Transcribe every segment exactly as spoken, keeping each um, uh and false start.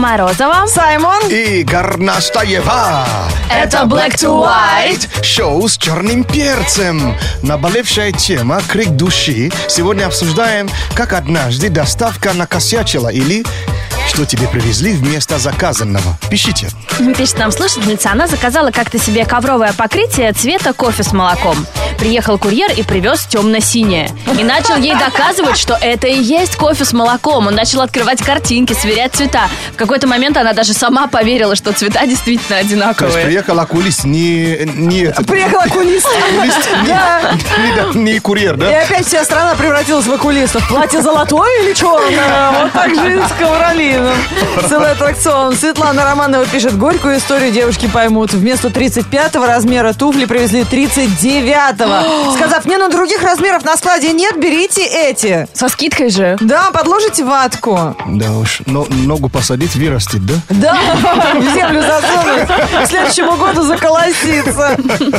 Морозова, Саймон и Горностаева. Это Black to White. Шоу с черным перцем. Наболевшая тема «Крик души». Сегодня обсуждаем, как однажды доставка накосячила или что тебе привезли вместо заказанного. Пишите. Пишет нам слушательница, она заказала как-то себе ковровое покрытие цвета кофе с молоком. Приехал курьер и привез темно-синее. И начал ей доказывать, что это и есть кофе с молоком. Он начал открывать картинки, сверять цвета. В какой-то момент она даже сама поверила, что цвета действительно одинаковые. То есть приехал окулист, не... не этот, Приехал окулист. окулист, не, Да. не, не, не курьер, И да? опять вся страна превратилась в окулистов. Платье золотое или черное? Вот так жизнь с ковролином. Целый аттракцион. Светлана Романова пишет: горькую историю девушки поймут. Вместо тридцать пятого размера туфли привезли тридцать девятого. Сказав, не, ну других размеров на складе нет, берите эти. Со скидкой же. Да, подложите ватку. Да уж, но, ногу посадить, вырастет, да? Да, в землю засунуть. К следующему году заколосится.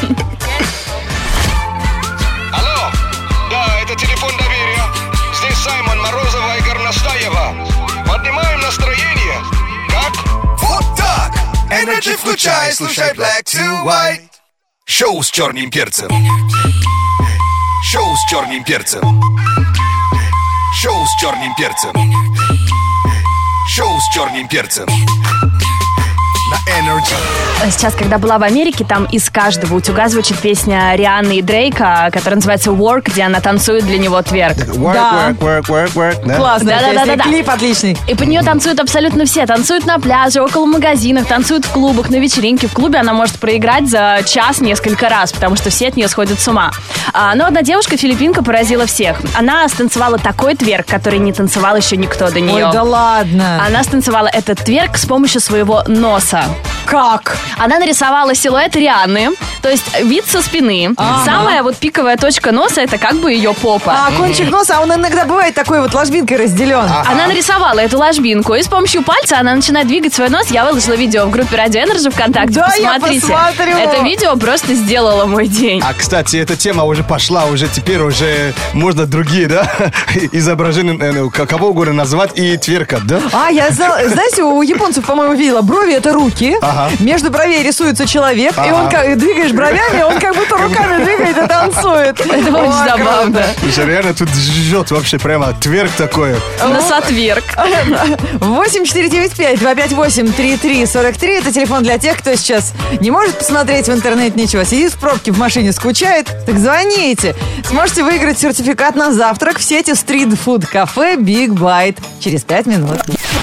Алло, да, это телефон доверия. Здесь Саймон, Морозова и Горностаева. Поднимаем настроение. Как? Вот так! Energy включай, слушай Black to White. Шоу с черным перцем. Шоу с черным перцем. Шоу с черным перцем. Шоу с черным перцем. На Energy. Сейчас, когда была в Америке, там из каждого утюга звучит песня Рианны и Дрейка, которая называется «Work», где она танцует для него тверк. Work, Да. work, work, work, work. Да? Классная песня, Да-да-да-да-да. клип отличный. И под нее танцуют абсолютно все. Танцуют на пляже, около магазинов, танцуют в клубах, на вечеринке. В клубе она может проиграть за час несколько раз, потому что все от нее сходят с ума. А, но одна девушка, филиппинка, поразила всех. Она станцевала такой тверк, который не танцевал еще никто до нее. Ой, да ладно. Она станцевала этот тверк с помощью своего носа. Как? Она нарисовала силуэт Рианны, то есть вид со спины. Ага. Самая вот пиковая точка носа — это как бы ее попа. А кончик носа, он иногда бывает такой вот ложбинкой разделен. Она нарисовала эту ложбинку, и с помощью пальца она начинает двигать свой нос. Я выложила видео в группе Радио Энерджи ВКонтакте. Да, я Посмотрите. посмотрю. Это видео просто сделало мой день. А, кстати, эта тема уже пошла, уже теперь уже можно другие, да, изображения, э, ну, кого угодно назвать и тверкать, да? А, я знала, знаете, у японцев, по-моему, видела, брови — это руки, Ага. между бровей рисуется человек, и он как двигаешь бровями, он как будто руками двигает и танцует. Это Ой, очень забавно. Слушай, реально тут жжет вообще прямо тверк такой. Носотверк. восемь четыре девять пять два пять восемь три три сорок три. Это телефон для тех, кто сейчас не может посмотреть в интернет ничего, сидит в пробке в машине, скучает. Так звоните. Сможете выиграть сертификат на завтрак в сети стрит-фуд-кафе Big Bite через пять минут.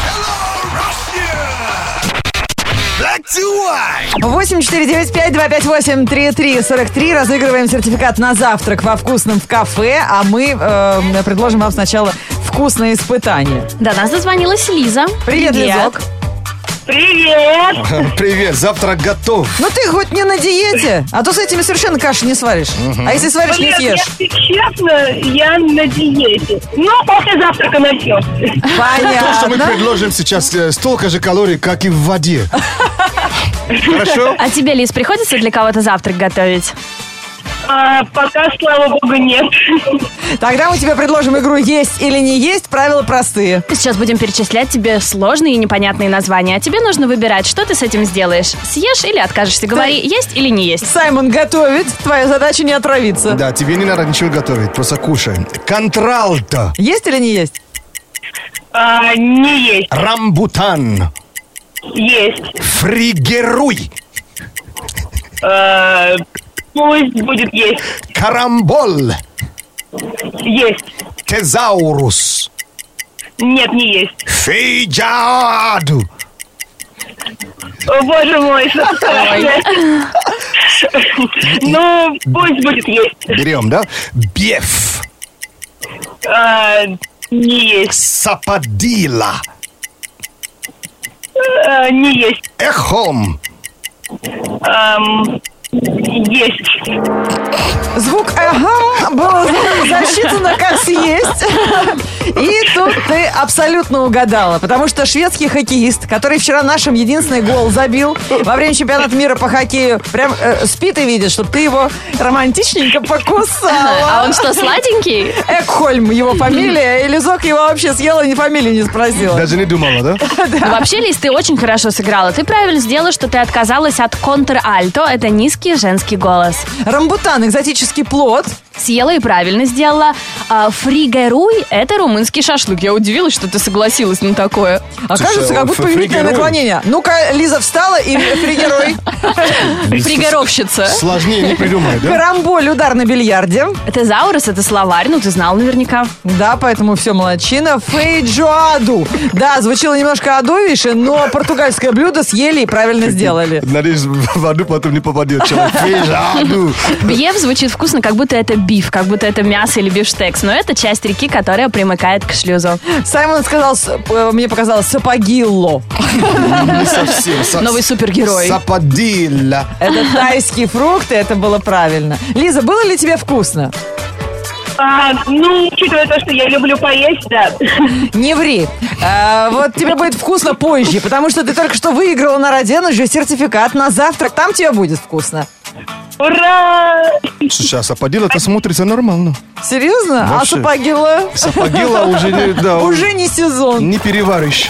Black to White. восемь четыре девять пять два пять восемь три три сорок три. Разыгрываем сертификат на завтрак во вкусном в кафе, а мы э, предложим вам сначала вкусное испытание. До нас дозвонилась Лиза. Привет, Лизок. Привет! Привет, завтрак готов. Ну ты хоть не на диете, а то с этими совершенно каши не сваришь. А если сваришь, не Блин, съешь. если честно, я на диете. Ну, после завтрака начнем. То, что мы Понятно. предложим сейчас, э, столько же калорий, как и в воде. Хорошо? А тебе, Лиз, приходится для кого-то завтрак готовить? А, пока, слава богу, нет. Тогда мы тебе предложим игру «Есть или не есть». Правила простые. Сейчас будем перечислять тебе сложные и непонятные названия. А тебе нужно выбирать, что ты с этим сделаешь. Съешь или откажешься. Говори, есть или не есть. Саймон готовит. Твоя задача не отравиться. Да, тебе не надо ничего готовить, просто кушай. Контралто, Есть или не есть? А, не есть. рамбутан, Есть. фригеруй, А, пусть будет есть. карамбол, Есть. тезаурус, Нет, не есть. фейджаду. О, боже мой, что страшное. Ну, пусть будет есть. Берем, да? Беф, А, не есть. сападила, А, не есть. эхом, Ам, есть. Звук «ага» было засчитано как «съесть». И тут ты абсолютно угадала, потому что шведский хоккеист, который вчера нашим единственный гол забил во время чемпионата мира по хоккею, прям э, спит и видит, что ты его романтичненько покусала. А он что, сладенький? Экхольм его фамилия, и Лизок его вообще съела, ни фамилии не спросила. Даже не думала, да? Ну, вообще, Лиз, ты очень хорошо сыграла. Ты правильно сделала, что ты отказалась от контр-альто. Это низкий женский голос. Рамбутан, экзотический плод. Съела и правильно сделала. А, фригеруй – это румынский шашлык. Я удивилась, что ты согласилась на такое. Окажется, как будто повелительное наклонение. Ну-ка, Лиза встала и фригеруй. Фригеровщица. Сложнее не придумай, да? Карамболь, удар на бильярде. Тезаурус – это словарь, ну ты знал наверняка. Да, поэтому все молодчина. Фейджоаду. Да, звучало немножко адовейше, но португальское блюдо съели и правильно сделали. Надеюсь, в аду потом не попадет человек. Фейджоаду. Бьев звучит вкусно, как будто это биф, как будто это мясо или бифштекс. Но это часть реки, которая примыкает к шлюзу. Саймон сказал, мне показалось, сапагилло. Не совсем. Новый супергерой. Сападилла. Это тайский фрукт, и это было правильно. Лиза, было ли тебе вкусно? А, ну, учитывая то, что я люблю поесть, да. Не ври. А, вот тебе будет вкусно позже, потому что ты только что выиграла на Роденуже сертификат на завтрак. Там тебе будет вкусно. Ура! Слушай, а сападилла-то смотрится нормально. Серьезно? Вообще. А сапагилла? Сапагилла уже не, да, Уже не сезон. не переваришь.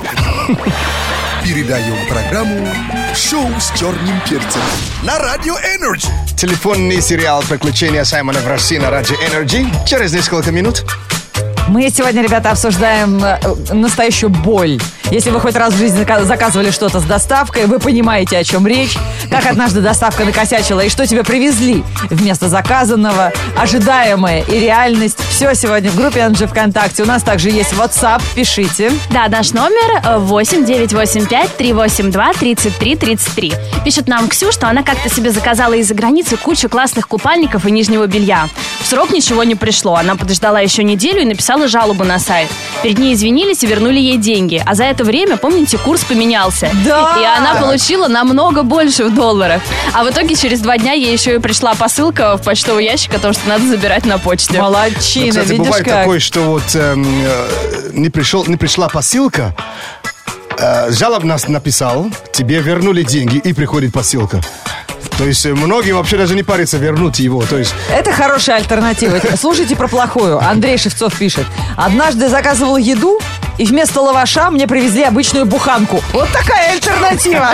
Передаем программу «Шоу с черным перцем» на Радио Энерджи. Телефонный сериал «Приключения Саймона в России» на Радио Энерджи. Через несколько минут. Мы сегодня, ребята, обсуждаем э, настоящую боль. Если вы хоть раз в жизни зака- заказывали что-то с доставкой, вы понимаете, о чем речь. Как однажды доставка накосячила и что тебе привезли вместо заказанного, ожидаемое и реальность. Все сегодня в группе Энерджи ВКонтакте. У нас также есть WhatsApp, пишите. Да, наш номер восемь девятьсот восемьдесят пять триста восемьдесят два тридцать три тридцать три. Пишет нам Ксю, что она как-то себе заказала из-за границы кучу классных купальников и нижнего белья. В срок ничего не пришло. Она подождала еще неделю и написала жалобу на сайт. Перед ней извинились и вернули ей деньги. А за это время, помните, курс поменялся. Да! И она получила намного больше в долларах. А в итоге через два дня ей еще и пришла посылка в почтовый ящик о том, что надо забирать на почте. Молодчина, Ну, кстати, видишь бывает как. такое, что вот эм, э, не, пришел, не пришла посылка, э, жалоб нас написал, тебе вернули деньги и приходит посылка. То есть э, многие вообще даже не парятся вернуть его. То есть Это хорошая альтернатива. Слушайте про плохую. Андрей Шевцов пишет. Однажды заказывал еду, и вместо лаваша мне привезли обычную буханку. Вот такая альтернатива.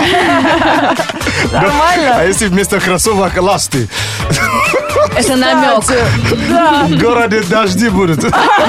а Нормально? если вместо кроссовок ласты? Это намек. Да. В городе дожди будут.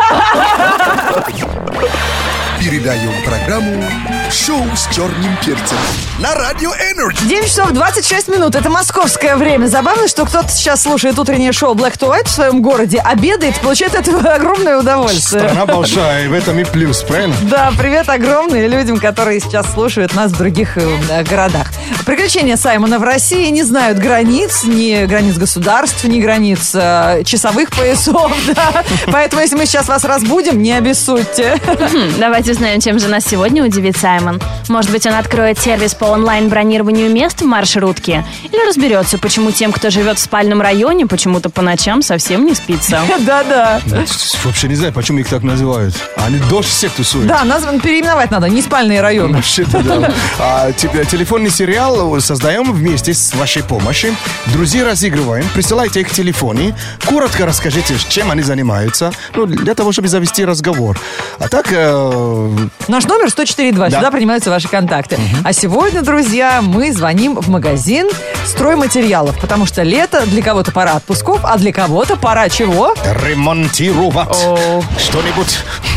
Передаем программу «Шоу с черным перцем» на Радио Энерджи. девять часов двадцать шесть минут. Это московское время. Забавно, что кто-то сейчас слушает утреннее шоу Black to White в своем городе, обедает, получает от этого огромное удовольствие. Страна большая, и в этом и плюс, правильно? Да, привет огромный людям, которые сейчас слушают нас в других э, городах. Приключения Саймона в России не знают границ, ни границ государств, ни границ э, часовых поясов. Да. Поэтому, если мы сейчас вас разбудим, не обессудьте. Давайте узнаем, чем же нас сегодня удивит Саймон. Может быть, он откроет сервис по онлайн-бронированию мест в маршрутке? Или разберется, почему тем, кто живет в спальном районе, почему-то по ночам совсем не спится? Да-да. Вообще не знаю, почему их так называют. Они дождь всех тусуют. Да, назван переименовать надо, не спальные районы. Вообще-то да. А, те- телефонный сериал создаем вместе с вашей помощью. Друзей разыгрываем. Присылайте их телефоны. Коротко расскажите, чем они занимаются. Ну, для того, чтобы завести разговор. А так... э, Наш номер сто четыре два. Да. Сюда принимаются ваши контакты. А сегодня, друзья, мы звоним в магазин стройматериалов, потому что лето, для кого-то пора отпусков, а для кого-то пора чего? ремонтировать О. что-нибудь.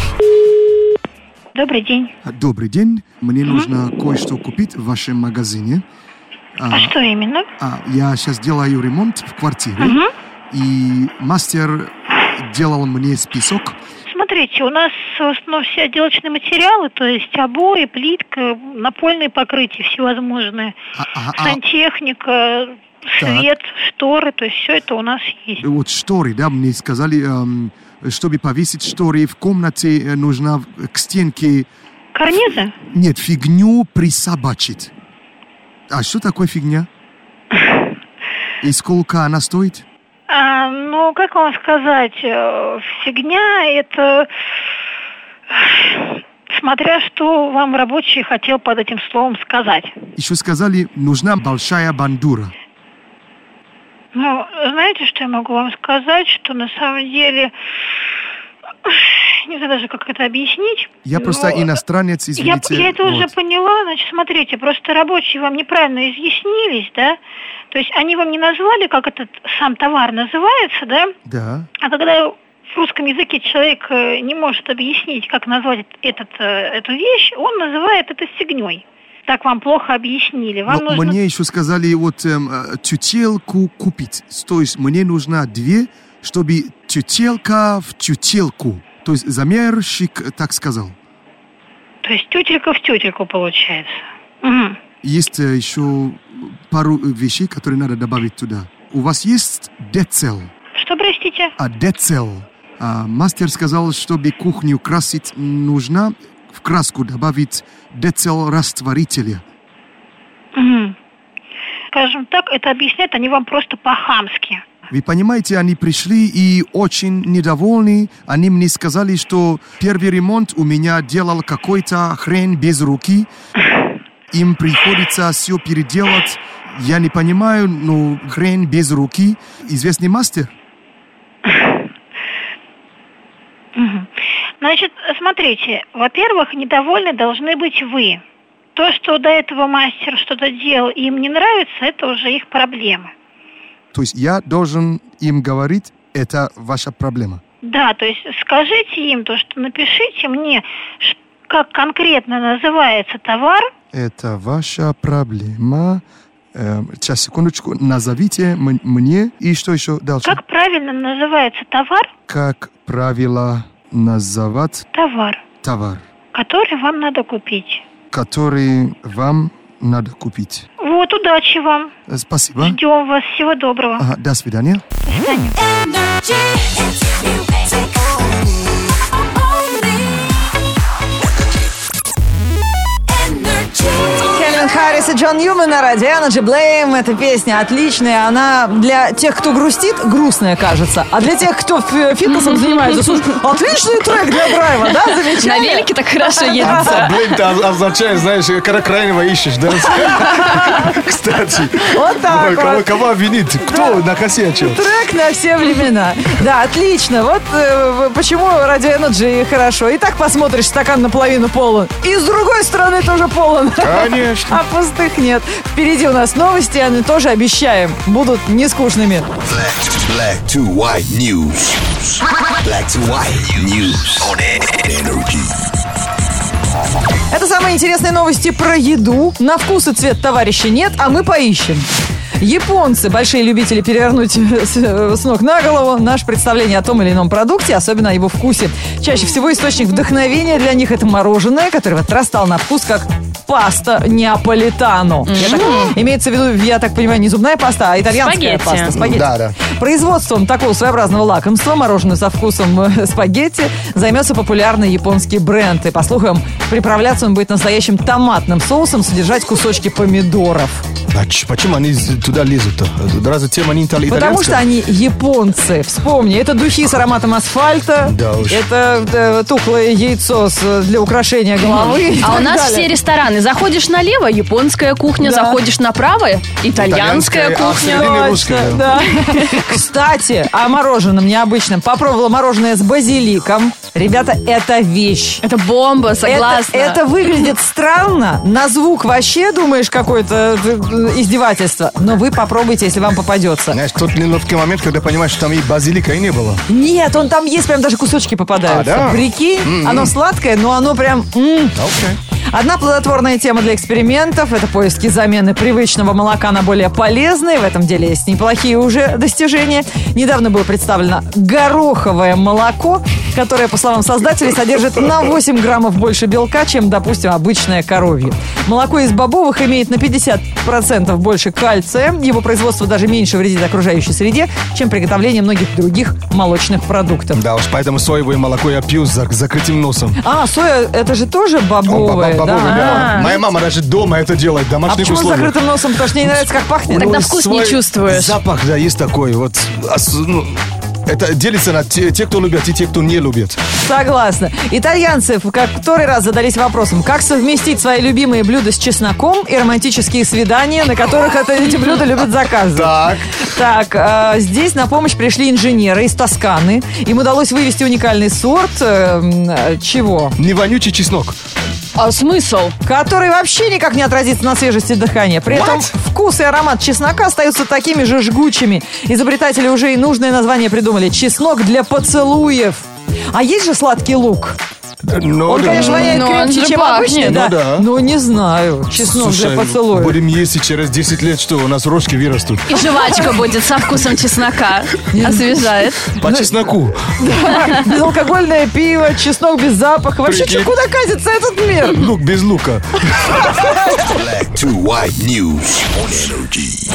Добрый день. Добрый день. Мне нужно кое-что купить в вашем магазине. А что именно? А, я сейчас делаю ремонт в квартире. И мастер делал мне список. Смотрите, у нас в основном все отделочные материалы, то есть обои, плитка, напольные покрытия всевозможные, А, а, а, сантехника, свет, шторы, то есть все это у нас есть. вот шторы, да, мне сказали, эм, чтобы повесить шторы в комнате, э, нужно к стенке... Карнизы? Нет, фигню присобачить. А что такое фигня? И сколько она стоит? А, ну, как вам сказать, э, фигня это... Смотря что вам рабочий хотел под этим словом сказать. Еще сказали, нужна большая бандура. Ну, знаете, что я могу вам сказать? Что на самом деле... Не знаю даже, как это объяснить. Я просто но... иностранец, извините. Я, я это вот. уже поняла. Значит, смотрите, просто рабочие вам неправильно изъяснились, да? То есть они вам не назвали, как этот сам товар называется, да? Да. А когда в русском языке человек не может объяснить, как назвать этот, эту вещь, он называет это фигней. Так вам плохо объяснили. Вам Но нужно... мне еще сказали, вот эм, тютелку купить. То есть мне нужна две, чтобы тютелка в тютелку. То есть замерщик так сказал. То есть тютелька в тютельку получается. Угу. Есть э, еще пару вещей, которые надо добавить туда. У вас есть децел? Что, простите? А децел. А, мастер сказал, чтобы кухню красить, нужно в краску добавить децел растворителя. Угу. Скажем так, это объясняют они вам просто по-хамски. Вы понимаете, они пришли и очень недовольны. Они мне сказали, что первый ремонт у меня делал какой-то хрен без руки. Им приходится все переделать. Я не понимаю, но хрен без руки. Известный мастер? Значит, смотрите, во-первых, недовольны должны быть вы. То, что до этого мастер что-то делал и им не нравится, это уже их проблема. То есть я должен им говорить, это ваша проблема? Да, то есть скажите им то, что напишите мне, как конкретно называется товар. Это ваша проблема. Эм, сейчас, секундочку. Назовите м- мне и что еще дальше? Как правильно называется товар? Как правило называть Товар. товар, Который вам надо купить. который вам надо купить. Вот, удачи вам. Спасибо. Ждем вас. Всего доброго. Ага, до свидания. До свидания. Кельвин Харрис и Джон Ньюман на радио Energy Blame. Эта песня отличная. Она для тех, кто грустит, грустная, кажется. А для тех, кто фитнесом занимается, слушай, отличный трек для драйва, да? Замечательно. На велике так хорошо едется. Блин-то означает, знаешь, когда крайнего ищешь, да? Кстати. Вот так Кого, вот. кого обвинить? Кто накосячил? Трек на все времена. Да, отлично. Вот э, почему радио Energy хорошо. И так посмотришь, стакан наполовину полон. И с другой стороны тоже полон. Конечно. А пустых нет. Впереди у нас новости, они тоже, обещаем, будут не скучными. Black to white news. Black to white news on Energy. Это самые интересные новости про еду. На вкус и цвет товарища нет, а мы поищем. Японцы – большие любители перевернуть с, с ног на голову наше представление о том или ином продукте, особенно о его вкусе. Чаще всего источник вдохновения для них – это мороженое, которое в этот раз стало на вкус как паста неаполитано. Mm-hmm. Я так, имеется в виду, я так понимаю, не зубная паста, а итальянская Спагетти. паста. Спагетти. Да, да. Производством такого своеобразного лакомства, мороженое со вкусом э, спагетти, займется популярный японский бренд. И, по слухам, приправляться он будет настоящим томатным соусом, содержать кусочки помидоров. А ч- почему они туда лезут-то? Разве тем они итали- итальянские? Потому что они японцы. Вспомни, это духи с ароматом асфальта, Да уж. это э, тухлое яйцо с, для украшения головы. и А так у нас далее. все рестораны. Заходишь налево — японская кухня, Да. заходишь направо — итальянская Итальянская, а в кухня. середине Точно, русская. да. Кстати, о мороженом необычном. Попробовала мороженое с базиликом. Ребята, это вещь. Это бомба, согласна. Это, это выглядит странно. На звук вообще думаешь какое-то э, издевательство. Но вы попробуйте, если вам попадется. Знаешь, тот неловкий момент, когда понимаешь, что там и базилика и не было. Нет, он там есть, прям даже кусочки попадаются. А, да? Прикинь, М-м. оно сладкое, но оно прям... м. Окей. Одна плодотворная тема для экспериментов – это поиски замены привычного молока на более полезное. В этом деле есть неплохие уже достижения. Недавно было представлено гороховое молоко, которое, по словам создателей, содержит на восемь граммов больше белка, чем, допустим, обычное коровье. Молоко из бобовых имеет на пятьдесят процентов больше кальция. Его производство даже меньше вредит окружающей среде, чем приготовление многих других молочных продуктов. Да уж, поэтому соевое молоко я пью с зак- закрытым носом. А, соя – это же тоже бобовое, Бобовый, да? да. А. Моя мама даже дома это делает, в А домашних почему с условиях. закрытым носом? Потому что ей не нравится, как пахнет. Тогда Ну, вкус не свой чувствуешь. Запах, да, есть такой. Вот, ос- ну, Это делится на те, те, кто любят, и те, кто не любит. Согласна. Итальянцы в который раз задались вопросом, как совместить свои любимые блюда с чесноком и романтические свидания, на которых это, эти блюда любят заказывать. Так. Так, э, здесь на помощь пришли инженеры из Тосканы. Им удалось вывести уникальный сорт э, чего? Не вонючий чеснок. А смысл? Который вообще никак не отразится на свежести дыхания. При этом вкус и аромат чеснока остаются такими же жгучими. Изобретатели уже и нужное название придумали. Чеснок для поцелуев. А есть же сладкий лук? Но, Он, да. конечно, воняет Но он крепче, же чем пахнет. обычный, да. Ну да. Ну, не знаю. Чеснок Слушай, для поцелуев. будем есть, и через десять лет что, у нас рожки вырастут. И жвачка будет со вкусом чеснока. Освежает. По чесноку. Безалкогольное пиво, чеснок без запаха. Вообще, Прикинь. чё, куда катится этот мир? Лук без лука. Black to white news on Energy.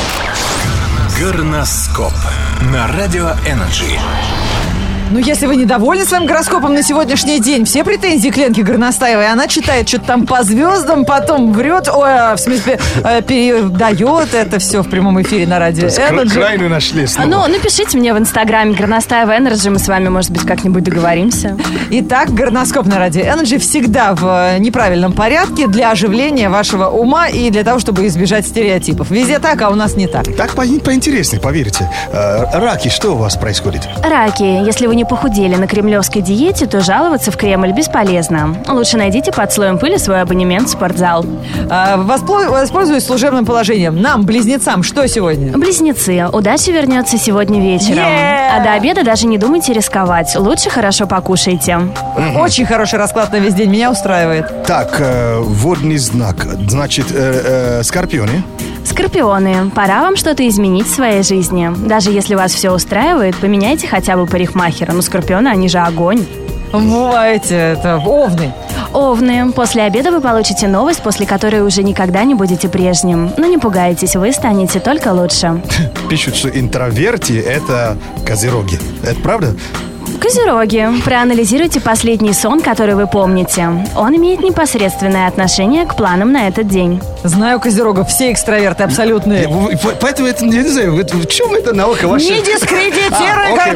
Горноскоп на Радио Energy. Ну, если вы недовольны своим гороскопом на сегодняшний день, все претензии к Ленке Горностаевой. Она читает что-то там по звездам, потом врет, ой, а, в смысле, э, передает это все в прямом эфире на радио Energy. Крайну нашли снова. Ну, напишите мне в инстаграме Горностаева Энерджи, мы с вами, может быть, как-нибудь договоримся. Итак, горноскоп на радио Energy всегда в э, неправильном порядке для оживления вашего ума и для того, чтобы избежать стереотипов. Везде так, а у нас не так. Так по- поинтереснее, поверьте. Э, Раки, что у вас происходит? Раки, если вы не похудели на кремлевской диете, то жаловаться в Кремль бесполезно. Лучше найдите под слоем пыли свой абонемент в спортзал. А, воспо- воспользуюсь служебным положением. Нам, близнецам, что сегодня? Близнецы, удача вернется сегодня вечером. Yeah! А до обеда даже не думайте рисковать. Лучше хорошо покушайте. Очень хороший расклад на весь день, меня устраивает. Так, э, водный знак. Значит, э, э, скорпионы. Скорпионы, пора вам что-то изменить в своей жизни. Даже если вас все устраивает, поменяйте хотя бы парикмахера. Ну, скорпионы, они же огонь. Бывайте, это овны. Овны, после обеда вы получите новость, после которой уже никогда не будете прежним. Но не пугайтесь, вы станете только лучше. Пишут, что интроверти – это козероги. Это правда? Козероги, проанализируйте последний сон, который вы помните. Он имеет непосредственное отношение к планам на этот день. Знаю козерогов, все экстраверты абсолютные. Я- вы- по- Поэтому это, я не знаю, это- в чем это наука ваша? Не дискредитируй А, окей.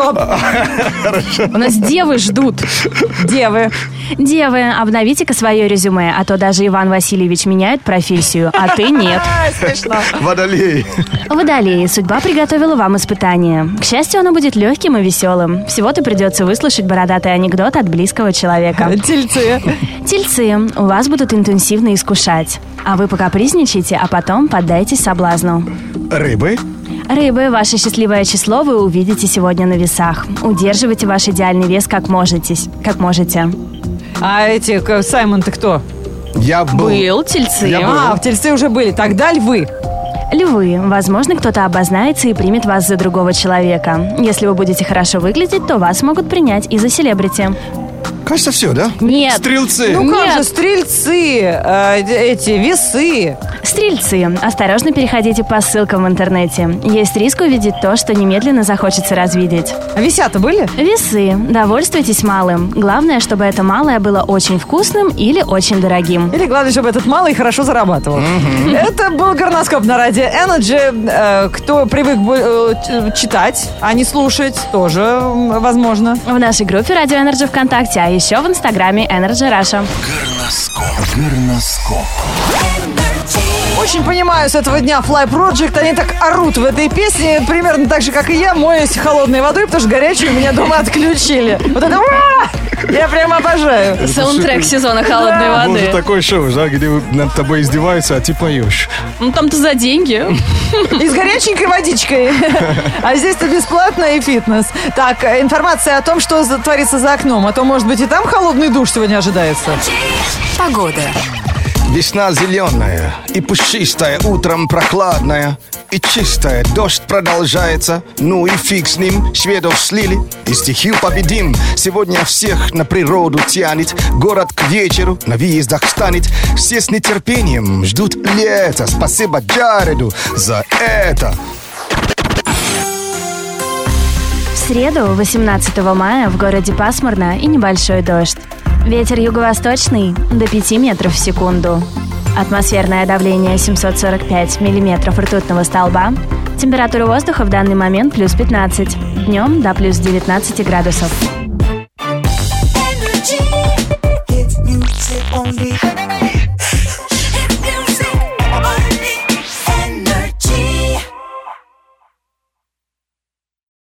горноскоп. У нас девы ждут. Девы. Девы, обновите-ка свое резюме, а то даже Иван Васильевич меняет профессию, а ты нет. А, смешно. Водолей. Водолеи, судьба приготовила вам испытание. К счастью, оно будет легким и веселым. Всего-то придется выслушать бородатый анекдот от близкого человека. Тельцы. Тельцы, у вас будут интенсивно искушать. А вы покапризничайте, а потом поддайтесь соблазну. Рыбы. Рыбы, ваше счастливое число вы увидите сегодня на весах. Удерживайте ваш идеальный вес как можете. Как можете. А эти, к- Саймон, ты кто? Я был. Был, тельцы. Я был. А, в тельцы уже были. Тогда львы. Львы, возможно, кто-то обознается и примет вас за другого человека. Если вы будете хорошо выглядеть, то вас могут принять и за селебрити. Кажется, все, да? Нет. Стрелцы. Ну как Нет. же, стрельцы, э, эти, весы. Стрельцы, осторожно переходите по ссылкам в интернете. Есть риск увидеть то, что немедленно захочется развидеть. А веся-то были? Весы, довольствуйтесь малым. Главное, чтобы это малое было очень вкусным или очень дорогим. Или главное, чтобы этот малый хорошо зарабатывал. Это был горноскоп на радио Energy. Э, Кто привык бо- э, ч- читать, а не слушать, тоже м, возможно. В нашей группе Радио Energy ВКонтакте, а еще в инстаграме Energy Russia. Горноскоп. Горноскоп. Очень понимаю с этого дня Fly Project. Они так орут в этой песне, примерно так же, как и я, моюсь холодной водой, потому что горячую меня дома отключили. Вот это «Уа!» я прям обожаю. Саундтрек сезона холодной Был воды. же такой шоу, да, где над тобой издеваются, а ты поешь. Ну там-то за деньги. И с горяченькой водичкой. А здесь-то бесплатно и фитнес. Так, информация о том, что за- творится за окном. А то, может быть, и там холодный душ сегодня ожидается. Погода. Весна зеленая и пушистая, утром прохладная и чистая. Дождь продолжается, ну и фиг с ним, шведов слили. И стихию победим, сегодня всех на природу тянет. Город к вечеру на въездах станет. Все с нетерпением ждут лета. Спасибо Джареду за это. В среду, восемнадцатого мая, в городе пасмурно и небольшой дождь. Ветер юго-восточный до пяти метров в секунду. Атмосферное давление семьсот сорок пять миллиметров ртутного столба. Температура воздуха в данный момент плюс пятнадцать. Днем до плюс девятнадцать градусов.